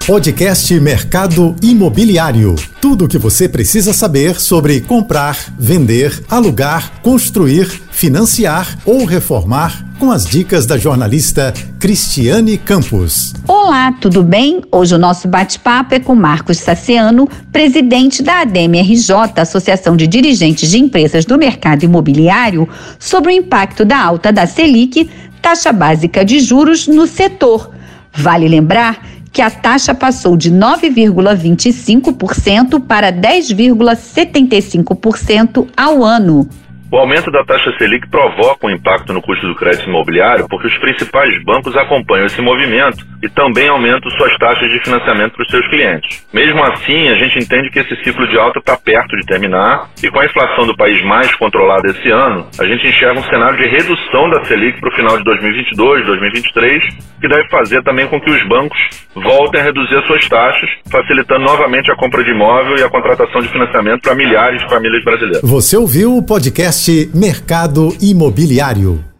Podcast Mercado Imobiliário. Tudo o que você precisa saber sobre comprar, vender, alugar, construir, financiar ou reformar, com as dicas da jornalista Cristiane Campos. Olá, tudo bem? Hoje o nosso bate-papo é com Marcos Saciano, presidente da ADEME-RJ, Associação de Dirigentes de Empresas do Mercado Imobiliário, sobre o impacto da alta da Selic, taxa básica de juros, no setor. Vale lembrar que a taxa passou de 9,25% para 10,75% ao ano. O aumento da taxa Selic provoca um impacto no custo do crédito imobiliário porque os principais bancos acompanham esse movimento e também aumentam suas taxas de financiamento para os seus clientes. Mesmo assim, a gente entende que esse ciclo de alta está perto de terminar e com a inflação do país mais controlada esse ano, a gente enxerga um cenário de redução da Selic para o final de 2022, 2023, que deve fazer também com que os bancos voltem a reduzir as suas taxas, facilitando novamente a compra de imóvel e a contratação de financiamento para milhares de famílias brasileiras. Você ouviu o podcast Mercado Imobiliário.